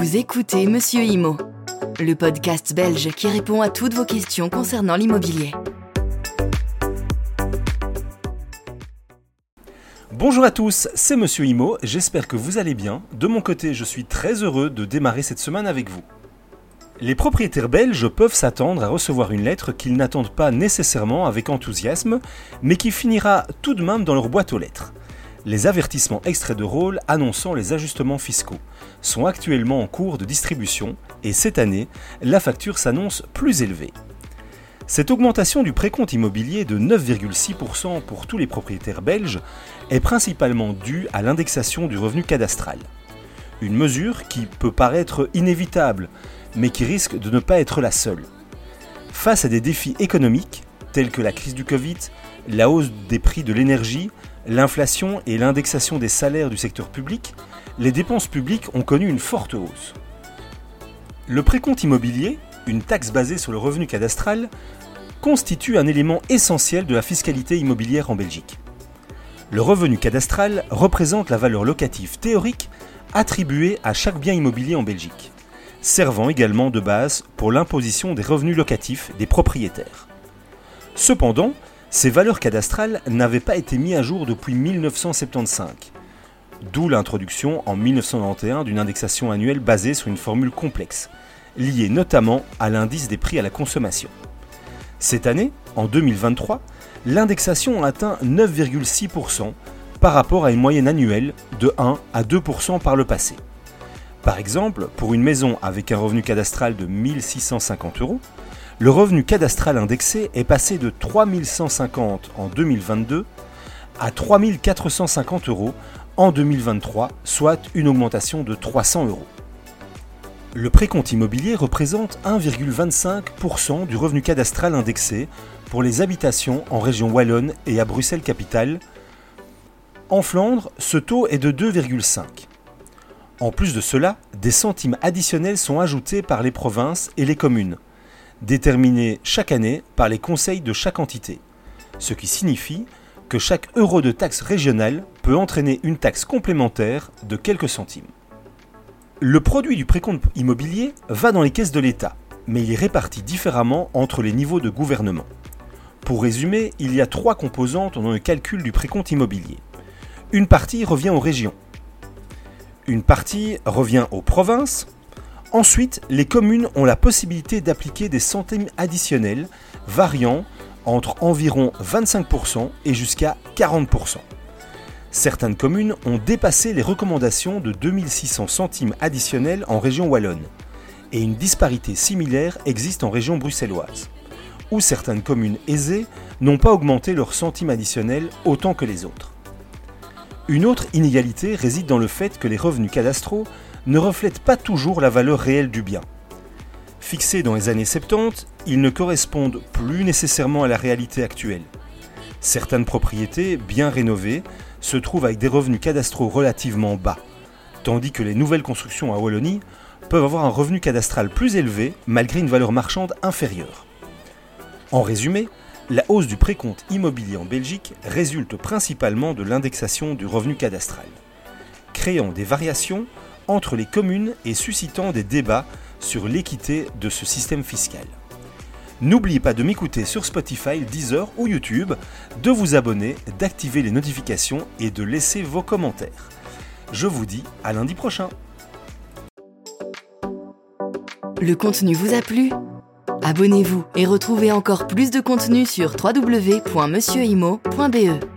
Vous écoutez Monsieur Immo, le podcast belge qui répond à toutes vos questions concernant l'immobilier. Bonjour à tous, c'est Monsieur Immo, j'espère que vous allez bien. De mon côté, je suis très heureux de démarrer cette semaine avec vous. Les propriétaires belges peuvent s'attendre à recevoir une lettre qu'ils n'attendent pas nécessairement avec enthousiasme, mais qui finira tout de même dans leur boîte aux lettres. Les avertissements extraits de rôle annonçant les ajustements fiscaux sont actuellement en cours de distribution et cette année, la facture s'annonce plus élevée. Cette augmentation du précompte immobilier de 9,6% pour tous les propriétaires belges est principalement due à l'indexation du revenu cadastral. Une mesure qui peut paraître inévitable, mais qui risque de ne pas être la seule. Face à des défis économiques, tels que la crise du Covid, la hausse des prix de l'énergie, l'inflation et l'indexation des salaires du secteur public, les dépenses publiques ont connu une forte hausse. Le précompte immobilier, une taxe basée sur le revenu cadastral, constitue un élément essentiel de la fiscalité immobilière en Belgique. Le revenu cadastral représente la valeur locative théorique attribuée à chaque bien immobilier en Belgique, servant également de base pour l'imposition des revenus locatifs des propriétaires. Cependant, ces valeurs cadastrales n'avaient pas été mises à jour depuis 1975, d'où l'introduction en 1991 d'une indexation annuelle basée sur une formule complexe, liée notamment à l'indice des prix à la consommation. Cette année, en 2023, l'indexation a atteint 9,6% par rapport à une moyenne annuelle de 1 à 2% par le passé. Par exemple, pour une maison avec un revenu cadastral de 1 650 €, le revenu cadastral indexé est passé de 3 150 € en 2022 à 3 450 € en 2023, soit une augmentation de 300 €. Le précompte immobilier représente 1,25% du revenu cadastral indexé pour les habitations en région wallonne et à Bruxelles-Capitale. En Flandre, ce taux est de 2,5%. En plus de cela, des centimes additionnels sont ajoutés par les provinces et les communes, déterminés chaque année par les conseils de chaque entité, ce qui signifie que chaque euro de taxe régionale peut entraîner une taxe complémentaire de quelques centimes. Le produit du précompte immobilier va dans les caisses de l'État, mais il est réparti différemment entre les niveaux de gouvernement. Pour résumer, il y a 3 composantes dans le calcul du précompte immobilier. Une partie revient aux régions. Une partie revient aux provinces. Ensuite, les communes ont la possibilité d'appliquer des centimes additionnels variant entre environ 25% et jusqu'à 40%. Certaines communes ont dépassé les recommandations de 2600 centimes additionnels en région wallonne, et une disparité similaire existe en région bruxelloise, où certaines communes aisées n'ont pas augmenté leurs centimes additionnels autant que les autres. Une autre inégalité réside dans le fait que les revenus cadastraux ne reflètent pas toujours la valeur réelle du bien. Fixés dans les années 70, ils ne correspondent plus nécessairement à la réalité actuelle. Certaines propriétés bien rénovées se trouvent avec des revenus cadastraux relativement bas, tandis que les nouvelles constructions à Wallonie peuvent avoir un revenu cadastral plus élevé malgré une valeur marchande inférieure. En résumé, la hausse du précompte immobilier en Belgique résulte principalement de l'indexation du revenu cadastral, créant des variations entre les communes et suscitant des débats sur l'équité de ce système fiscal. N'oubliez pas de m'écouter sur Spotify, Deezer ou YouTube, de vous abonner, d'activer les notifications et de laisser vos commentaires. Je vous dis à lundi prochain. Le contenu vous a plu ? Abonnez-vous et retrouvez encore plus de contenu sur www.monsieurimmo.be.